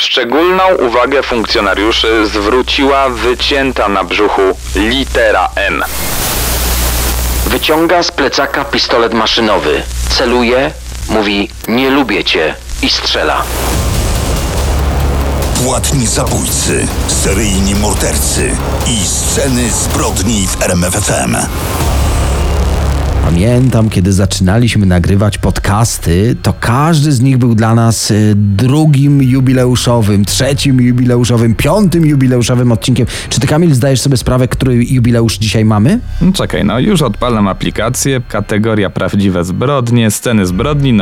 Szczególną uwagę funkcjonariuszy zwróciła wycięta na brzuchu litera M. Wyciąga z plecaka pistolet maszynowy, celuje, mówi: nie lubię cię i strzela. Płatni zabójcy, seryjni mordercy i sceny zbrodni w RMF FM. Pamiętam, kiedy zaczynaliśmy nagrywać podcasty, to każdy z nich był dla nas drugim jubileuszowym, trzecim jubileuszowym, piątym jubileuszowym odcinkiem. Czy ty, Kamil, zdajesz sobie sprawę, który jubileusz dzisiaj mamy? Czekaj, już odpalam aplikację, kategoria prawdziwe zbrodnie, sceny zbrodni,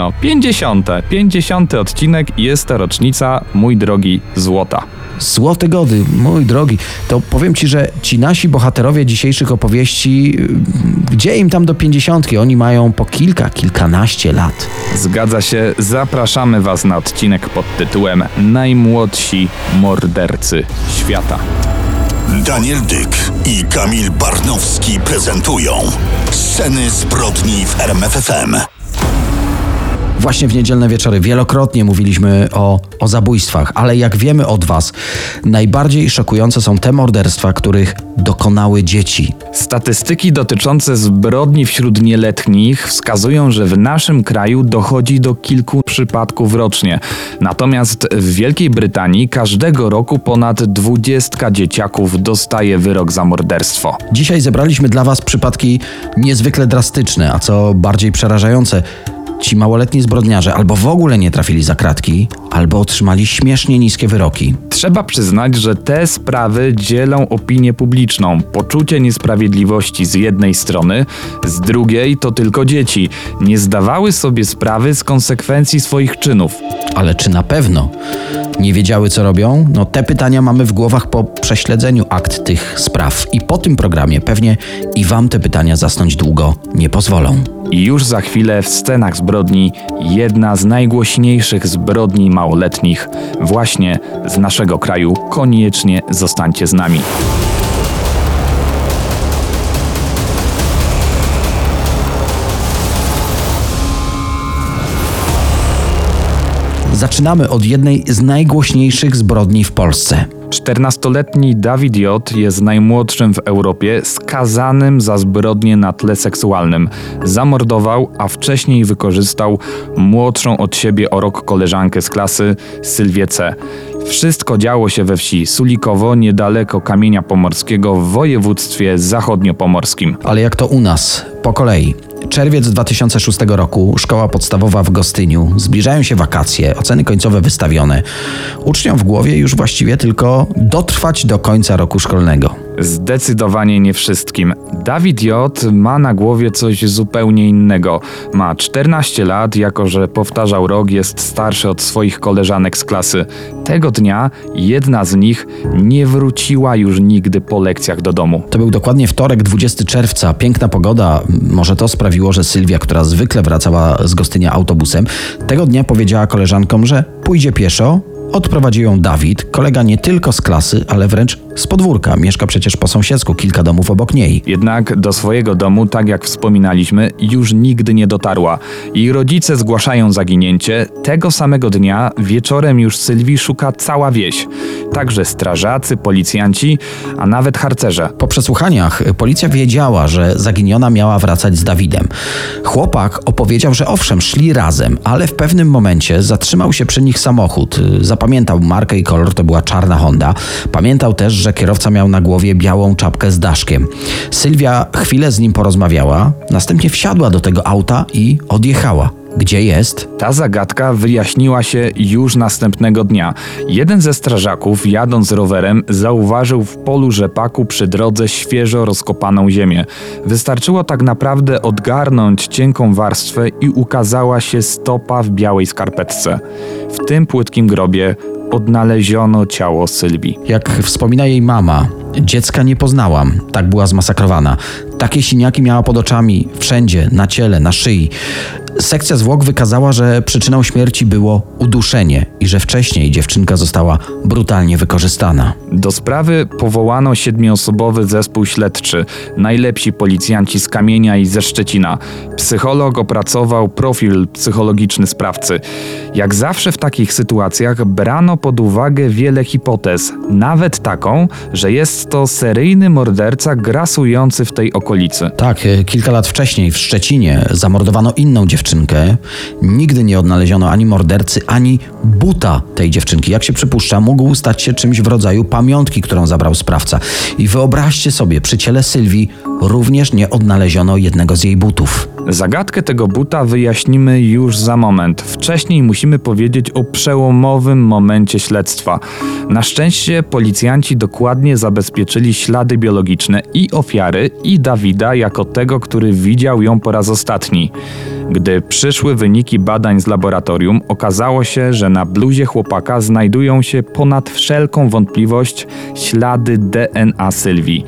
50 odcinek i jest to rocznica, mój drogi, złota. Złote gody, mój drogi. To powiem ci, że ci nasi bohaterowie dzisiejszych opowieści, gdzie im tam do 50? Oni mają po kilkanaście lat. Zgadza się, zapraszamy was na odcinek pod tytułem Najmłodsi mordercy świata. Daniel Dyk i Kamil Barnowski prezentują Sceny zbrodni w RMF FM. Właśnie w niedzielne wieczory wielokrotnie mówiliśmy o zabójstwach, ale jak wiemy od was, najbardziej szokujące są te morderstwa, których dokonały dzieci. Statystyki dotyczące zbrodni wśród nieletnich wskazują, że w naszym kraju dochodzi do kilku przypadków rocznie. Natomiast w Wielkiej Brytanii każdego roku ponad 20 dzieciaków dostaje wyrok za morderstwo. Dzisiaj zebraliśmy dla was przypadki niezwykle drastyczne, a co bardziej przerażające, ci małoletni zbrodniarze albo w ogóle nie trafili za kratki, albo otrzymali śmiesznie niskie wyroki. Trzeba przyznać, że te sprawy dzielą opinię publiczną. Poczucie niesprawiedliwości z jednej strony, z drugiej to tylko dzieci nie zdawały sobie sprawy z konsekwencji swoich czynów. Ale czy na pewno nie wiedziały, co robią? Te pytania mamy w głowach po prześledzeniu akt tych spraw. I po tym programie pewnie i wam te pytania zasnąć długo nie pozwolą. I już za chwilę w scenach zbrodni jedna z najgłośniejszych zbrodni małoletnich właśnie z naszego kraju. Koniecznie zostańcie z nami. Zaczynamy od jednej z najgłośniejszych zbrodni w Polsce. 14-letni Dawid J. jest najmłodszym w Europie skazanym za zbrodnie na tle seksualnym. Zamordował, a wcześniej wykorzystał młodszą od siebie o rok koleżankę z klasy, Sylwię C. Wszystko działo się we wsi Sulikowo, niedaleko Kamienia Pomorskiego w województwie zachodniopomorskim. Ale jak to u nas? Po kolei. Czerwiec 2006 roku, szkoła podstawowa w Gostyniu. Zbliżają się wakacje, oceny końcowe wystawione. Uczniom w głowie już właściwie tylko dotrwać do końca roku szkolnego. Zdecydowanie nie wszystkim. Dawid J. ma na głowie coś zupełnie innego. Ma 14 lat, jako że powtarzał rok, jest starszy od swoich koleżanek z klasy. Tego dnia jedna z nich nie wróciła już nigdy po lekcjach do domu. To był dokładnie wtorek, 20 czerwca. Piękna pogoda. Może to sprawiło, że Sylwia, która zwykle wracała z Gostynia autobusem, tego dnia powiedziała koleżankom, że pójdzie pieszo. Odprowadził ją Dawid, kolega nie tylko z klasy, ale wręcz z podwórka. Mieszka przecież po sąsiedzku, kilka domów obok niej. Jednak do swojego domu, tak jak wspominaliśmy, już nigdy nie dotarła. Jej rodzice zgłaszają zaginięcie. Tego samego dnia wieczorem już Sylwii szuka cała wieś. Także strażacy, policjanci, a nawet harcerze. Po przesłuchaniach policja wiedziała, że zaginiona miała wracać z Dawidem. Chłopak opowiedział, że owszem, szli razem, ale w pewnym momencie zatrzymał się przy nich samochód. Zapamiętał markę i kolor, to była czarna Honda. Pamiętał też, że kierowca miał na głowie białą czapkę z daszkiem. Sylwia chwilę z nim porozmawiała, następnie wsiadła do tego auta i odjechała. Gdzie jest? Ta zagadka wyjaśniła się już następnego dnia. Jeden ze strażaków, jadąc rowerem, zauważył w polu rzepaku przy drodze świeżo rozkopaną ziemię. Wystarczyło tak naprawdę odgarnąć cienką warstwę i ukazała się stopa w białej skarpetce. W tym płytkim grobie odnaleziono ciało Sylwii. Jak wspomina jej mama, dziecka nie poznałam, tak była zmasakrowana. Takie siniaki miała pod oczami, wszędzie, na ciele, na szyi. Sekcja zwłok wykazała, że przyczyną śmierci było uduszenie i że wcześniej dziewczynka została brutalnie wykorzystana. Do sprawy powołano 7-osobowy zespół śledczy, najlepsi policjanci z Kamienia i ze Szczecina. Psycholog opracował profil psychologiczny sprawcy. Jak zawsze w takich sytuacjach brano pod uwagę wiele hipotez, nawet taką, że jest to seryjny morderca grasujący w tej okolicy. Tak, kilka lat wcześniej w Szczecinie zamordowano inną dziewczynkę. Nigdy nie odnaleziono ani mordercy, ani buta tej dziewczynki. Jak się przypuszcza, mógł stać się czymś w rodzaju pamiątki, którą zabrał sprawca. I wyobraźcie sobie, przy ciele Sylwii również nie odnaleziono jednego z jej butów. Zagadkę tego buta wyjaśnimy już za moment. Wcześniej musimy powiedzieć o przełomowym momencie śledztwa. Na szczęście policjanci dokładnie zabezpieczyli ślady biologiczne i ofiary, i Dawida jako tego, który widział ją po raz ostatni. Gdy przyszły wyniki badań z laboratorium, okazało się, że na bluzie chłopaka znajdują się ponad wszelką wątpliwość ślady DNA Sylwii.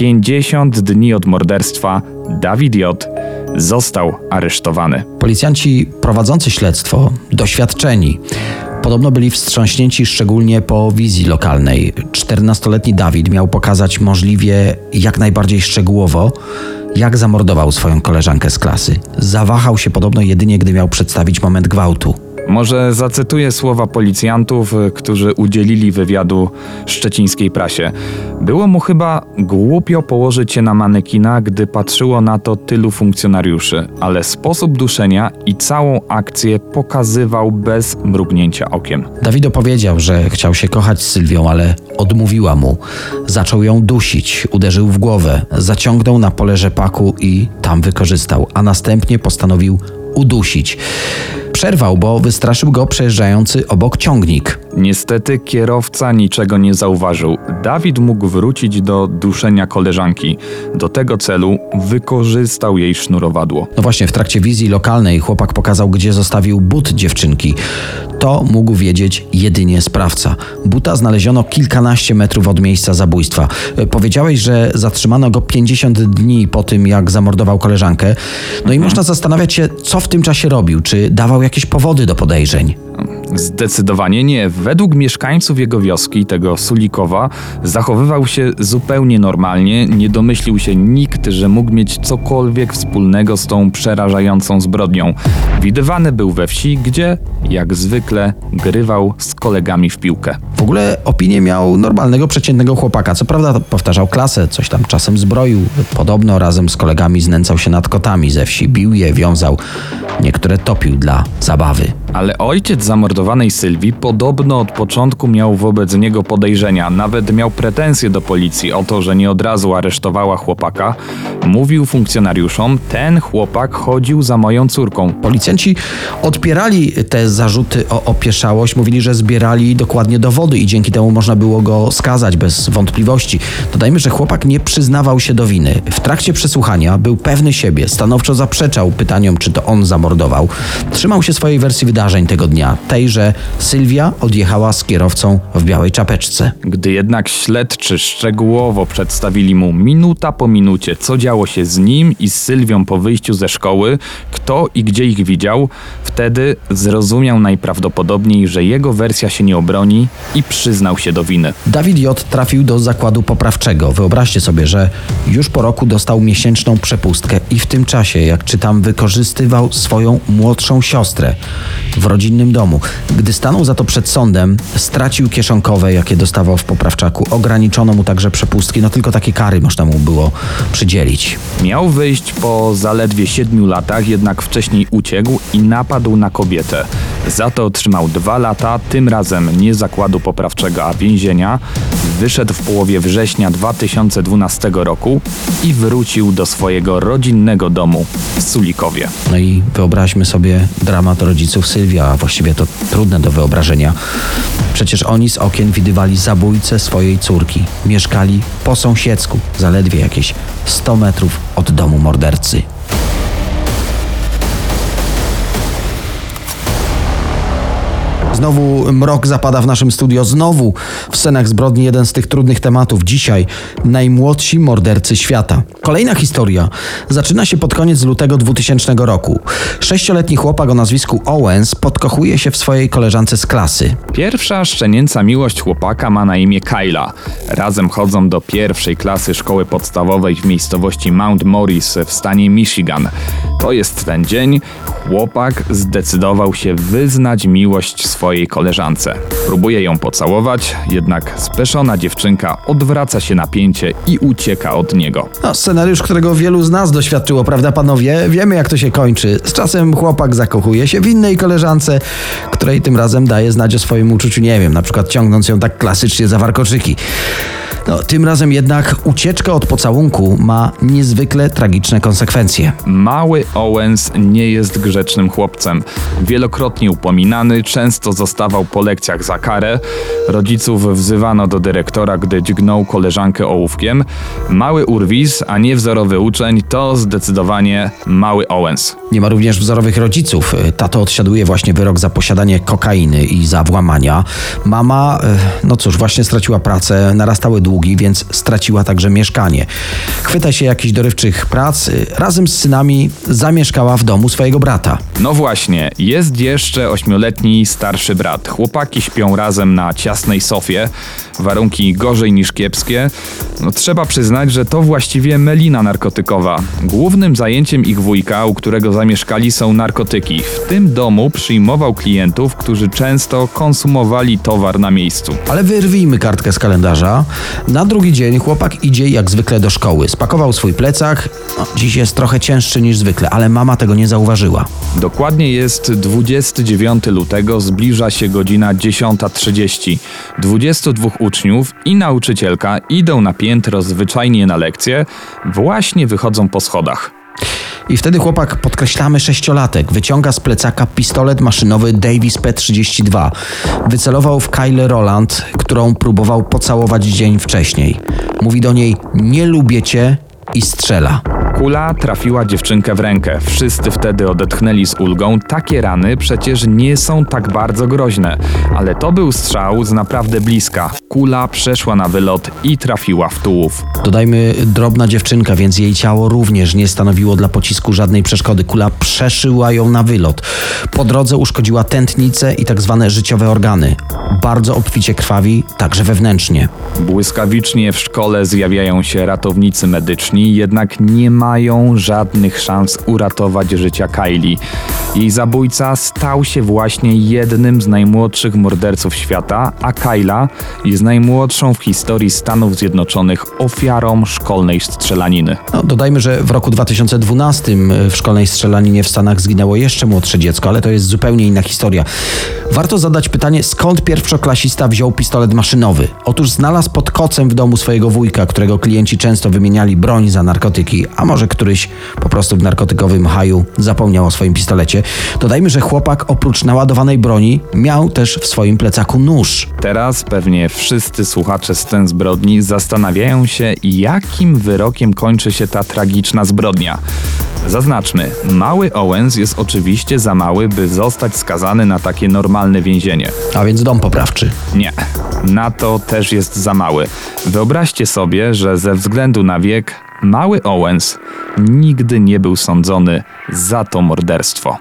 50 dni od morderstwa Dawid J. został aresztowany. Policjanci prowadzący śledztwo, doświadczeni, podobno byli wstrząśnięci szczególnie po wizji lokalnej. 14-letni Dawid miał pokazać możliwie jak najbardziej szczegółowo, jak zamordował swoją koleżankę z klasy. Zawahał się podobno jedynie, gdy miał przedstawić moment gwałtu. Może zacytuję słowa policjantów, którzy udzielili wywiadu szczecińskiej prasie. Było mu chyba głupio położyć się na manekina, gdy patrzyło na to tylu funkcjonariuszy, ale sposób duszenia i całą akcję pokazywał bez mrugnięcia okiem. Dawid opowiedział, że chciał się kochać z Sylwią, ale odmówiła mu. Zaczął ją dusić, uderzył w głowę, zaciągnął na pole rzepaku i tam wykorzystał, a następnie postanowił udusić. Przerwał, bo wystraszył go przejeżdżający obok ciągnik. Niestety kierowca niczego nie zauważył. Dawid mógł wrócić do duszenia koleżanki. Do tego celu wykorzystał jej sznurowadło. No właśnie, w trakcie wizji lokalnej chłopak pokazał, gdzie zostawił but dziewczynki. To mógł wiedzieć jedynie sprawca. Buta znaleziono kilkanaście metrów od miejsca zabójstwa. Powiedziałeś, że zatrzymano go 50 dni po tym, jak zamordował koleżankę. No i można zastanawiać się, co w tym czasie robił. Czy dawał jakieś powody do podejrzeń? Zdecydowanie nie. Według mieszkańców jego wioski, tego Sulikowa, zachowywał się zupełnie normalnie. Nie domyślił się nikt, że mógł mieć cokolwiek wspólnego z tą przerażającą zbrodnią. Widywany był we wsi, gdzie, jak zwykle, grywał z kolegami w piłkę. W ogóle opinię miał normalnego, przeciętnego chłopaka. Co prawda powtarzał klasę, coś tam czasem zbroił. Podobno razem z kolegami znęcał się nad kotami ze wsi. Bił je, wiązał. Niektóre topił dla zabawy. Ale ojciec zamordowanej Sylwii podobno od początku miał wobec niego podejrzenia. Nawet miał pretensje do policji o to, że nie od razu aresztowała chłopaka. Mówił funkcjonariuszom, ten chłopak chodził za moją córką. Policjanci odpierali te zarzuty o opieszałość. Mówili, że zbierali dokładnie dowody i dzięki temu można było go skazać bez wątpliwości. Dodajmy, że chłopak nie przyznawał się do winy. W trakcie przesłuchania był pewny siebie. Stanowczo zaprzeczał pytaniom, czy to on zamordował. Trzymał się swojej wersji wydarzeń tego dnia. Tej, że Sylwia odjechała z kierowcą w białej czapeczce. Gdy jednak śledczy szczegółowo przedstawili mu minuta po minucie, co działo się z nim i z Sylwią po wyjściu ze szkoły, kto i gdzie ich widział, wtedy zrozumiał najprawdopodobniej, że jego wersja się nie obroni i przyznał się do winy. Dawid J. trafił do zakładu poprawczego. Wyobraźcie sobie, że już po roku dostał miesięczną przepustkę i w tym czasie, jak czytam, wykorzystywał swoją młodszą siostrę w rodzinnym domu. Gdy stanął za to przed sądem, stracił kieszonkowe, jakie dostawał w poprawczaku. Ograniczono mu także przepustki, no tylko takie kary można mu było przydzielić. Miał wyjść po zaledwie 7 latach, jednak wcześniej uciekł i napadł na kobietę. Za to otrzymał 2 lata, tym razem nie zakładu poprawczego, a więzienia. Wyszedł w połowie września 2012 roku i wrócił do swojego rodzinnego domu w Sulikowie. No i wyobraźmy sobie dramat rodziców Sylwia, a właściwie to trudne do wyobrażenia. Przecież oni z okien widywali zabójcę swojej córki. Mieszkali po sąsiedzku, zaledwie jakieś 100 metrów od domu mordercy. Znowu mrok zapada w naszym studio. Znowu w scenach zbrodni jeden z tych trudnych tematów. Dzisiaj najmłodsi mordercy świata. Kolejna historia zaczyna się pod koniec lutego 2000 roku. 6-letni chłopak o nazwisku Owens podkochuje się w swojej koleżance z klasy. Pierwsza szczenięca miłość chłopaka ma na imię Kyla. Razem chodzą do pierwszej klasy szkoły podstawowej w miejscowości Mount Morris w stanie Michigan. To jest ten dzień. Chłopak zdecydował się wyznać miłość swojej koleżance. Próbuje ją pocałować, jednak speszona dziewczynka odwraca się napięcie i ucieka od niego. Scenariusz, którego wielu z nas doświadczyło, prawda panowie? Wiemy, jak to się kończy. Z czasem chłopak zakochuje się w innej koleżance, której tym razem daje znać o swoim uczuciu, nie wiem, na przykład ciągnąc ją tak klasycznie za warkoczyki. Tym razem jednak ucieczka od pocałunku ma niezwykle tragiczne konsekwencje. Mały Owens nie jest grzecznym chłopcem. Wielokrotnie upominany, często zostawał po lekcjach za karę. Rodziców wzywano do dyrektora, gdy dźgnął koleżankę ołówkiem. Mały urwis, a nie wzorowy uczeń, to zdecydowanie mały Owens. Nie ma również wzorowych rodziców. Tato odsiaduje właśnie wyrok za posiadanie kokainy i za włamania. Mama, właśnie straciła pracę, narastały długi, więc straciła także mieszkanie. Chwyta się jakichś dorywczych prac, razem z synami zamieszkała w domu swojego brata. No właśnie, jest jeszcze 8-letni starszy brat. Chłopaki śpią razem na ciasnej sofie. Warunki gorzej niż kiepskie. Trzeba przyznać, że to właściwie melina narkotykowa. Głównym zajęciem ich wujka, u którego zamieszkali, są narkotyki. W tym domu przyjmował klientów, którzy często konsumowali towar na miejscu. Ale wyrwijmy kartkę z kalendarza. Na drugi dzień chłopak idzie jak zwykle do szkoły. Spakował swój plecak. Dziś jest trochę cięższy niż zwykle, ale mama tego nie zauważyła. Dokładnie jest 29 lutego, zbliża się godzina 10:30. 22 uczniów i nauczycielka idą na piętro zwyczajnie na lekcję, właśnie wychodzą po schodach. I wtedy chłopak, podkreślamy 6-latek, wyciąga z plecaka pistolet maszynowy Davis P32. Wycelował w Kyle Rowland, którą próbował pocałować dzień wcześniej. Mówi do niej: nie lubię cię, i strzela. Kula trafiła dziewczynkę w rękę. Wszyscy wtedy odetchnęli z ulgą. Takie rany przecież nie są tak bardzo groźne. Ale to był strzał z naprawdę bliska. Kula przeszła na wylot i trafiła w tułów. Dodajmy, drobna dziewczynka, więc jej ciało również nie stanowiło dla pocisku żadnej przeszkody. Kula przeszyła ją na wylot. Po drodze uszkodziła tętnicę i tak zwane życiowe organy. Bardzo obficie krwawi, także wewnętrznie. Błyskawicznie w szkole zjawiają się ratownicy medyczni, jednak nie mają żadnych szans uratować życia Kylie. Jej zabójca stał się właśnie jednym z najmłodszych morderców świata, a Kyla jest najmłodszą w historii Stanów Zjednoczonych ofiarą szkolnej strzelaniny. Dodajmy, że w roku 2012 w szkolnej strzelaninie w Stanach zginęło jeszcze młodsze dziecko, ale to jest zupełnie inna historia. Warto zadać pytanie, skąd pierwszoklasista wziął pistolet maszynowy? Otóż znalazł pod kocem w domu swojego wujka, którego klienci często wymieniali broń za narkotyki, a może któryś po prostu w narkotykowym haju zapomniał o swoim pistolecie. Dodajmy, że chłopak oprócz naładowanej broni miał też w swoim plecaku nóż. Teraz pewnie wszyscy słuchacze scen zbrodni zastanawiają się, jakim wyrokiem kończy się ta tragiczna zbrodnia. Zaznaczmy, mały Owens jest oczywiście za mały, by zostać skazany na takie normalne więzienie. A więc dom poprawczy. Nie, na to też jest za mały. Wyobraźcie sobie, że ze względu na wiek mały Owens nigdy nie był sądzony za to morderstwo.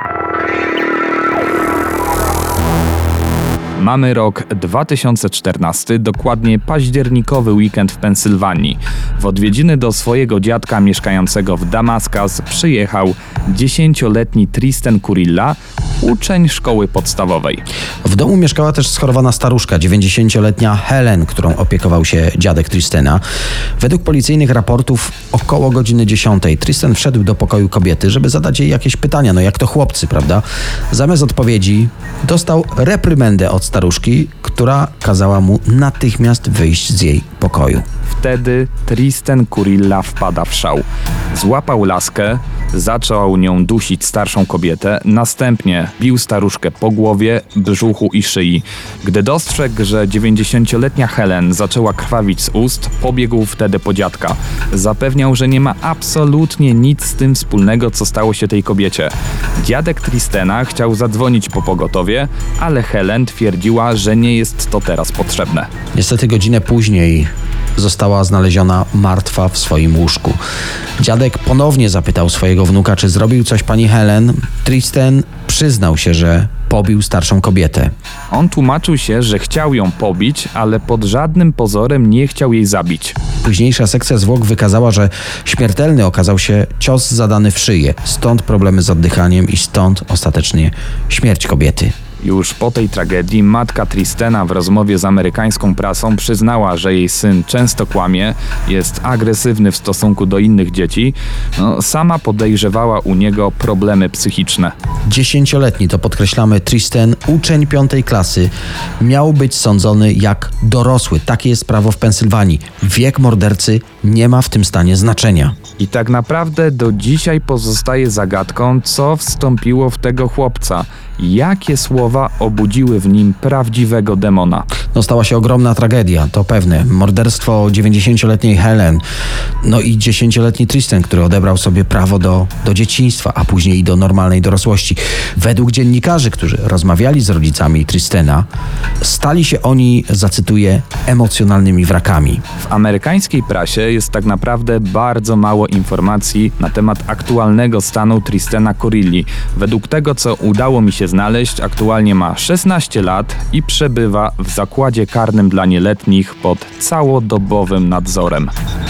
Mamy rok 2014, dokładnie październikowy weekend w Pensylwanii. W odwiedziny do swojego dziadka mieszkającego w Damascus przyjechał 10-letni Tristan Kurilla, uczeń szkoły podstawowej. W domu mieszkała też schorowana staruszka, 90-letnia Helen, którą opiekował się dziadek Tristana. Według policyjnych raportów około godziny 10 Tristan wszedł do pokoju kobiety, żeby zadać jej jakieś pytania, jak to chłopcy, prawda? Zamiast odpowiedzi dostał reprymendę od staruszki, która kazała mu natychmiast wyjść z jej pokoju. Wtedy Tristan Kurilla wpada w szał. Złapał laskę, Zaczął nią dusić starszą kobietę, następnie bił staruszkę po głowie, brzuchu i szyi. Gdy dostrzegł, że 90-letnia Helen zaczęła krwawić z ust, pobiegł wtedy po dziadka. Zapewniał, że nie ma absolutnie nic z tym wspólnego, co stało się tej kobiecie. Dziadek Tristana chciał zadzwonić po pogotowie, ale Helen twierdziła, że nie jest to teraz potrzebne. Niestety godzinę później została znaleziona martwa w swoim łóżku. Dziadek ponownie zapytał swojego wnuka, czy zrobił coś pani Helen. Tristan przyznał się, że pobił starszą kobietę. On tłumaczył się, że chciał ją pobić, ale pod żadnym pozorem nie chciał jej zabić. Późniejsza sekcja zwłok wykazała, że śmiertelny okazał się cios zadany w szyję. Stąd problemy z oddychaniem i stąd ostatecznie śmierć kobiety. Już po tej tragedii matka Tristana w rozmowie z amerykańską prasą przyznała, że jej syn często kłamie, jest agresywny w stosunku do innych dzieci. Sama podejrzewała u niego problemy psychiczne. 10-letni, to podkreślamy, Tristan, uczeń 5. klasy, miał być sądzony jak dorosły. Takie jest prawo w Pensylwanii. Wiek mordercy nie ma w tym stanie znaczenia. I tak naprawdę do dzisiaj pozostaje zagadką, co wstąpiło w tego chłopca. Jakie słowa obudziły w nim prawdziwego demona? Stała się ogromna tragedia, to pewne. Morderstwo 90-letniej Helen, i 10-letni Tristan, który odebrał sobie prawo do dzieciństwa, a później i do normalnej dorosłości. Według dziennikarzy, którzy rozmawiali z rodzicami Tristana, stali się oni, zacytuję, emocjonalnymi wrakami. W amerykańskiej prasie jest tak naprawdę bardzo mało informacji na temat aktualnego stanu Tristana Kurilli. Według tego, co udało mi się znaleźć, aktualnie ma 16 lat i przebywa w zakładzie karnym dla nieletnich pod całodobowym nadzorem.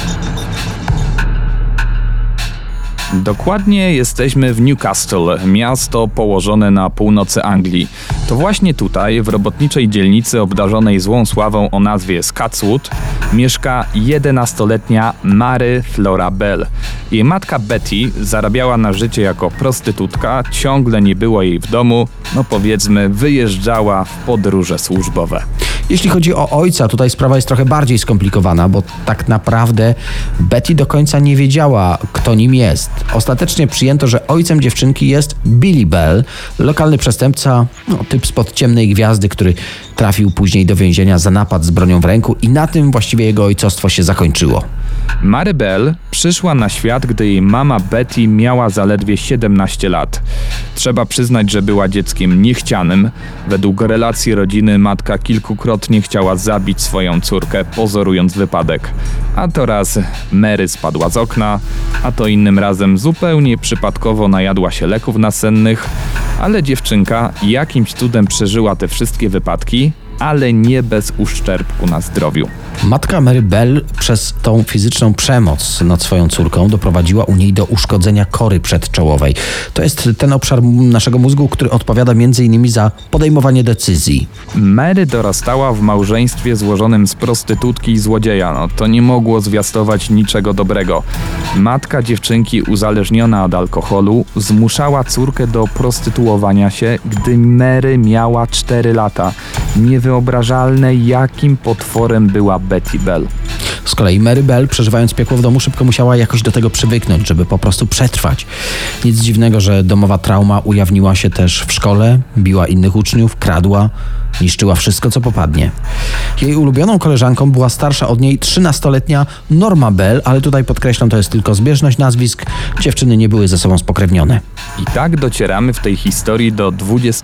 Dokładnie jesteśmy w Newcastle, miasto położone na północy Anglii. To właśnie tutaj, w robotniczej dzielnicy obdarzonej złą sławą o nazwie Scotswood, mieszka 11-letnia Mary Flora Bell. Jej matka Betty zarabiała na życie jako prostytutka, ciągle nie było jej w domu, powiedzmy wyjeżdżała w podróże służbowe. Jeśli chodzi o ojca, tutaj sprawa jest trochę bardziej skomplikowana, bo tak naprawdę Betty do końca nie wiedziała, kto nim jest. Ostatecznie przyjęto, że ojcem dziewczynki jest Billy Bell, lokalny przestępca, typ spod Ciemnej Gwiazdy, który trafił później do więzienia za napad z bronią w ręku i na tym właściwie jego ojcostwo się zakończyło. Mary Bell przyszła na świat, gdy jej mama Betty miała zaledwie 17 lat. Trzeba przyznać, że była dzieckiem niechcianym. Według relacji rodziny matka kilkukrotnie chciała zabić swoją córkę, pozorując wypadek. A to raz Mary spadła z okna, a to innym razem zupełnie przypadkowo najadła się leków nasennych, ale dziewczynka jakimś cudem przeżyła te wszystkie wypadki, ale nie bez uszczerbku na zdrowiu. Matka Mary Bell przez tą fizyczną przemoc nad swoją córką doprowadziła u niej do uszkodzenia kory przedczołowej. To jest ten obszar naszego mózgu, który odpowiada m.in. za podejmowanie decyzji. Mary dorastała w małżeństwie złożonym z prostytutki i złodzieja. To nie mogło zwiastować niczego dobrego. Matka dziewczynki, uzależniona od alkoholu, zmuszała córkę do prostytuowania się, gdy Mary miała 4 lata. Niewyobrażalne, jakim potworem była Betty Bell. Z kolei Mary Bell, przeżywając piekło w domu, szybko musiała jakoś do tego przywyknąć, żeby po prostu przetrwać. Nic dziwnego, że domowa trauma ujawniła się też w szkole, biła innych uczniów, kradła, niszczyła wszystko, co popadnie. Jej ulubioną koleżanką była starsza od niej 13-letnia Norma Bell, ale tutaj podkreślam, to jest tylko zbieżność nazwisk, dziewczyny nie były ze sobą spokrewnione. I tak docieramy w tej historii do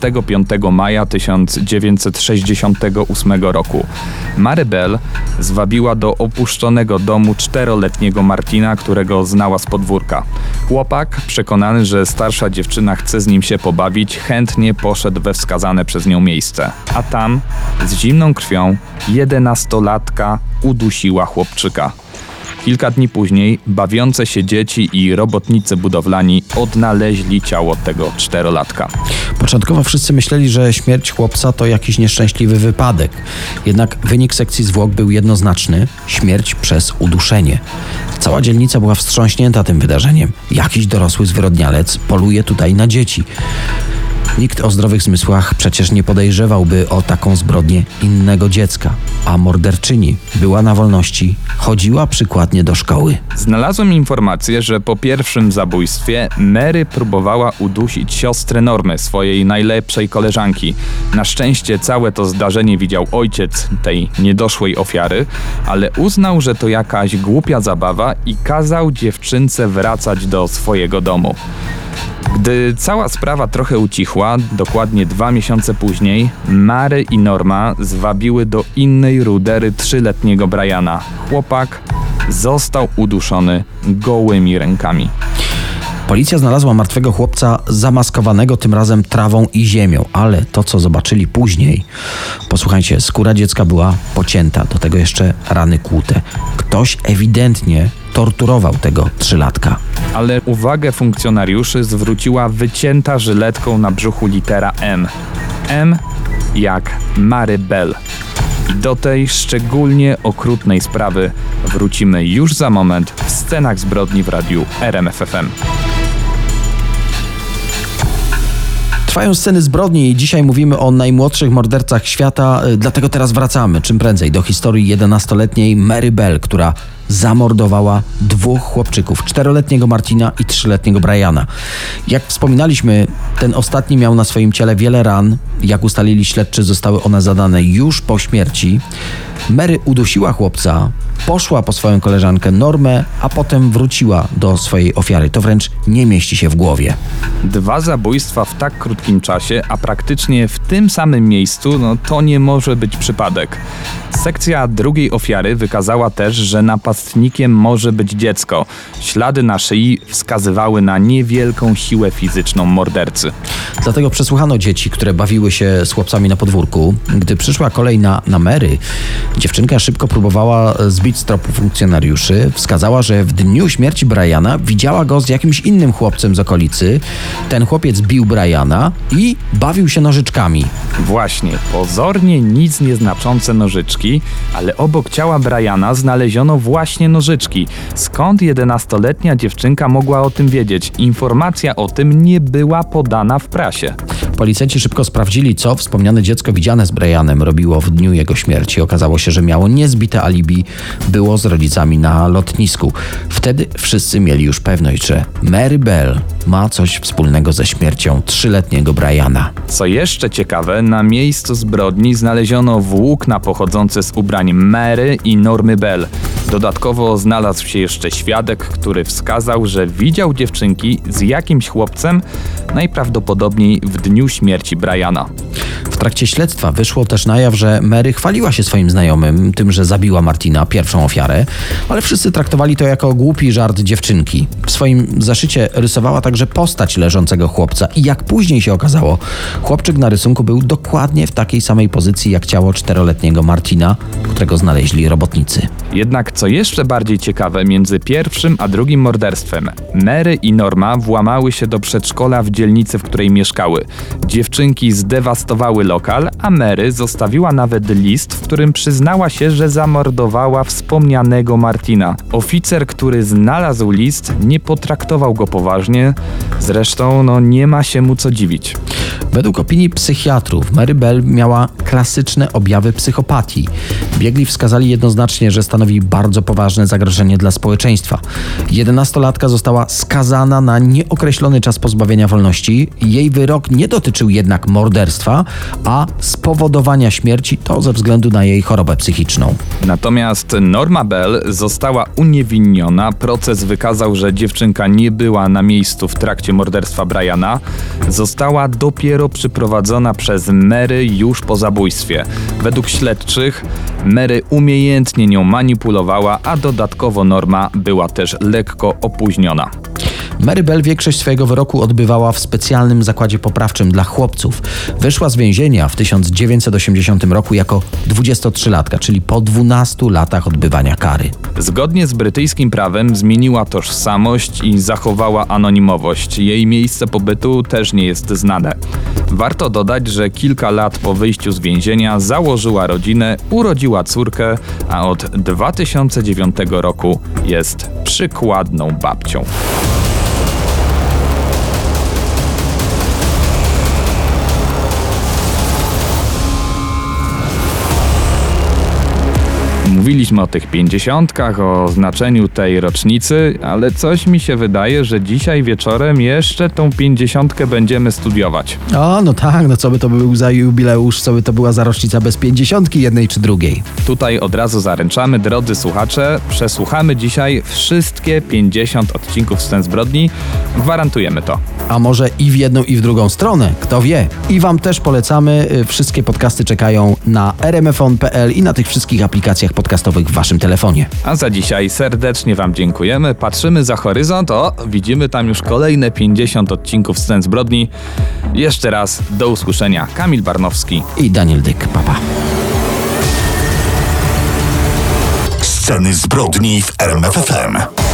25 maja 1968 roku. Mary Bell zwabiła do opuszczonego domu 4-letniego Martina, którego znała z podwórka. Chłopak, przekonany, że starsza dziewczyna chce z nim się pobawić, chętnie poszedł we wskazane przez nią miejsce. A tam, z zimną krwią, 11-latka udusiła chłopczyka. Kilka dni później bawiące się dzieci i robotnicy budowlani odnaleźli ciało tego 4-latka. Początkowo wszyscy myśleli, że śmierć chłopca to jakiś nieszczęśliwy wypadek. Jednak wynik sekcji zwłok był jednoznaczny. Śmierć przez uduszenie. Cała dzielnica była wstrząśnięta tym wydarzeniem. Jakiś dorosły zwyrodnialec poluje tutaj na dzieci. Nikt o zdrowych zmysłach przecież nie podejrzewałby o taką zbrodnię innego dziecka, a morderczyni była na wolności, chodziła przykładnie do szkoły. Znalazłem informację, że po pierwszym zabójstwie Mary próbowała udusić siostrę Normy, swojej najlepszej koleżanki. Na szczęście całe to zdarzenie widział ojciec tej niedoszłej ofiary, ale uznał, że to jakaś głupia zabawa i kazał dziewczynce wracać do swojego domu. Gdy cała sprawa trochę ucichła, dokładnie 2 miesiące później, Mary i Norma zwabiły do innej rudery 3-letniego Briana. Chłopak został uduszony gołymi rękami. Policja znalazła martwego chłopca zamaskowanego tym razem trawą i ziemią, ale to, co zobaczyli później, posłuchajcie, skóra dziecka była pocięta, do tego jeszcze rany kłute. Ktoś ewidentnie torturował tego 3-latka. Ale uwagę funkcjonariuszy zwróciła wycięta żyletką na brzuchu litera M. M jak Mary Bell. I do tej szczególnie okrutnej sprawy wrócimy już za moment w Scenach zbrodni w radiu RMF FM. Trwają sceny zbrodni i dzisiaj mówimy o najmłodszych mordercach świata, dlatego teraz wracamy czym prędzej do historii 11-letniej Mary Bell, która zamordowała 2 chłopczyków, 4-letniego Martina i 3-letniego Briana. Jak wspominaliśmy, ten ostatni miał na swoim ciele wiele ran. Jak ustalili śledczy, zostały one zadane już po śmierci. Mary udusiła chłopca, poszła po swoją koleżankę Normę, a potem wróciła do swojej ofiary. To wręcz nie mieści się w głowie. 2 zabójstwa w tak krótkim czasie, a praktycznie w tym samym miejscu, to nie może być przypadek. Sekcja drugiej ofiary wykazała też, że napastnikiem może być dziecko. Ślady na szyi wskazywały na niewielką siłę fizyczną mordercy. Dlatego przesłuchano dzieci, które bawiły się z chłopcami na podwórku. Gdy przyszła kolej na Mary, dziewczynka szybko próbowała zbić z tropu funkcjonariuszy. Wskazała, że w dniu śmierci Briana widziała go z jakimś innym chłopcem z okolicy. Ten chłopiec bił Briana i bawił się nożyczkami. Właśnie, pozornie nic nieznaczące nożyczki, ale obok ciała Briana znaleziono właśnie nożyczki. Skąd 11-letnia dziewczynka mogła o tym wiedzieć? Informacja o tym nie była podana w prasie. Policjanci szybko sprawdzili, co wspomniane dziecko widziane z Brianem robiło w dniu jego śmierci. Okazało się, że miało niezbite alibi, było z rodzicami na lotnisku. Wtedy wszyscy mieli już pewność, że Mary Bell ma coś wspólnego ze śmiercią 3-letniego Briana. Co jeszcze ciekawe, na miejscu zbrodni znaleziono włókna pochodzące z ubrań Mary i Normy Bell. Dodatkowo znalazł się jeszcze świadek, który wskazał, że widział dziewczynki z jakimś chłopcem, najprawdopodobniej w dniu śmierci Briana. W trakcie śledztwa wyszło też na jaw, że Mary chwaliła się swoim znajomym tym, że zabiła Martina, pierwszą ofiarę, ale wszyscy traktowali to jako głupi żart dziewczynki. W swoim zeszycie rysowała także postać leżącego chłopca i jak później się okazało, chłopczyk na rysunku był dokładnie w takiej samej pozycji jak ciało 4-letniego Martina, którego znaleźli robotnicy. Jednak co jeszcze bardziej ciekawe, między pierwszym a drugim morderstwem Mary i Norma włamały się do przedszkola w dzielnicy, w której mieszkały. Dziewczynki zdewastowały lokal, a Mary zostawiła nawet list, w którym przyznała się, że zamordowała wspomnianego Martina. Oficer, który znalazł list, nie potraktował go poważnie, zresztą nie ma się mu co dziwić. Według opinii psychiatrów Mary Bell miała klasyczne objawy psychopatii. Biegli wskazali jednoznacznie, że stanowi bardzo poważne zagrożenie dla społeczeństwa. 11-latka została skazana na nieokreślony czas pozbawienia wolności. Jej wyrok nie dotyczył jednak morderstwa, a spowodowania śmierci, to ze względu na jej chorobę psychiczną. Natomiast Norma Bell została uniewinniona. Proces wykazał, że dziewczynka nie była na miejscu w trakcie morderstwa Briana. Została dopiero przyprowadzona przez Mary już po zabójstwie. Według śledczych Mary umiejętnie nią manipulowała, a dodatkowo Norma była też lekko opóźniona. Mary Bell większość swojego wyroku odbywała w specjalnym zakładzie poprawczym dla chłopców. Wyszła z więzienia w 1980 roku jako 23-latka, czyli po 12 latach odbywania kary. Zgodnie z brytyjskim prawem zmieniła tożsamość i zachowała anonimowość. Jej miejsce pobytu też nie jest znane. Warto dodać, że kilka lat po wyjściu z więzienia założyła rodzinę, urodziła córkę, a od 2009 roku jest przykładną babcią. Mówiliśmy o tych 50, o znaczeniu tej rocznicy, ale coś mi się wydaje, że dzisiaj wieczorem jeszcze tą 50 będziemy studiować. O, no tak, no co by to był za jubileusz, co by to była za rocznica bez 50 jednej czy drugiej. Tutaj od razu zaręczamy, drodzy słuchacze, przesłuchamy dzisiaj wszystkie 50 odcinków Scen Zbrodni. Gwarantujemy to. A może i w jedną i w drugą stronę, kto wie. I wam też polecamy, wszystkie podcasty czekają na rmfon.pl i na tych wszystkich aplikacjach podcastowych w waszym telefonie. A za dzisiaj serdecznie wam dziękujemy. Patrzymy za horyzont, widzimy tam już kolejne 50 odcinków Scen Zbrodni. Jeszcze raz do usłyszenia. Kamil Barnowski I Daniel Dyk, papa. Sceny zbrodni w RMFFM.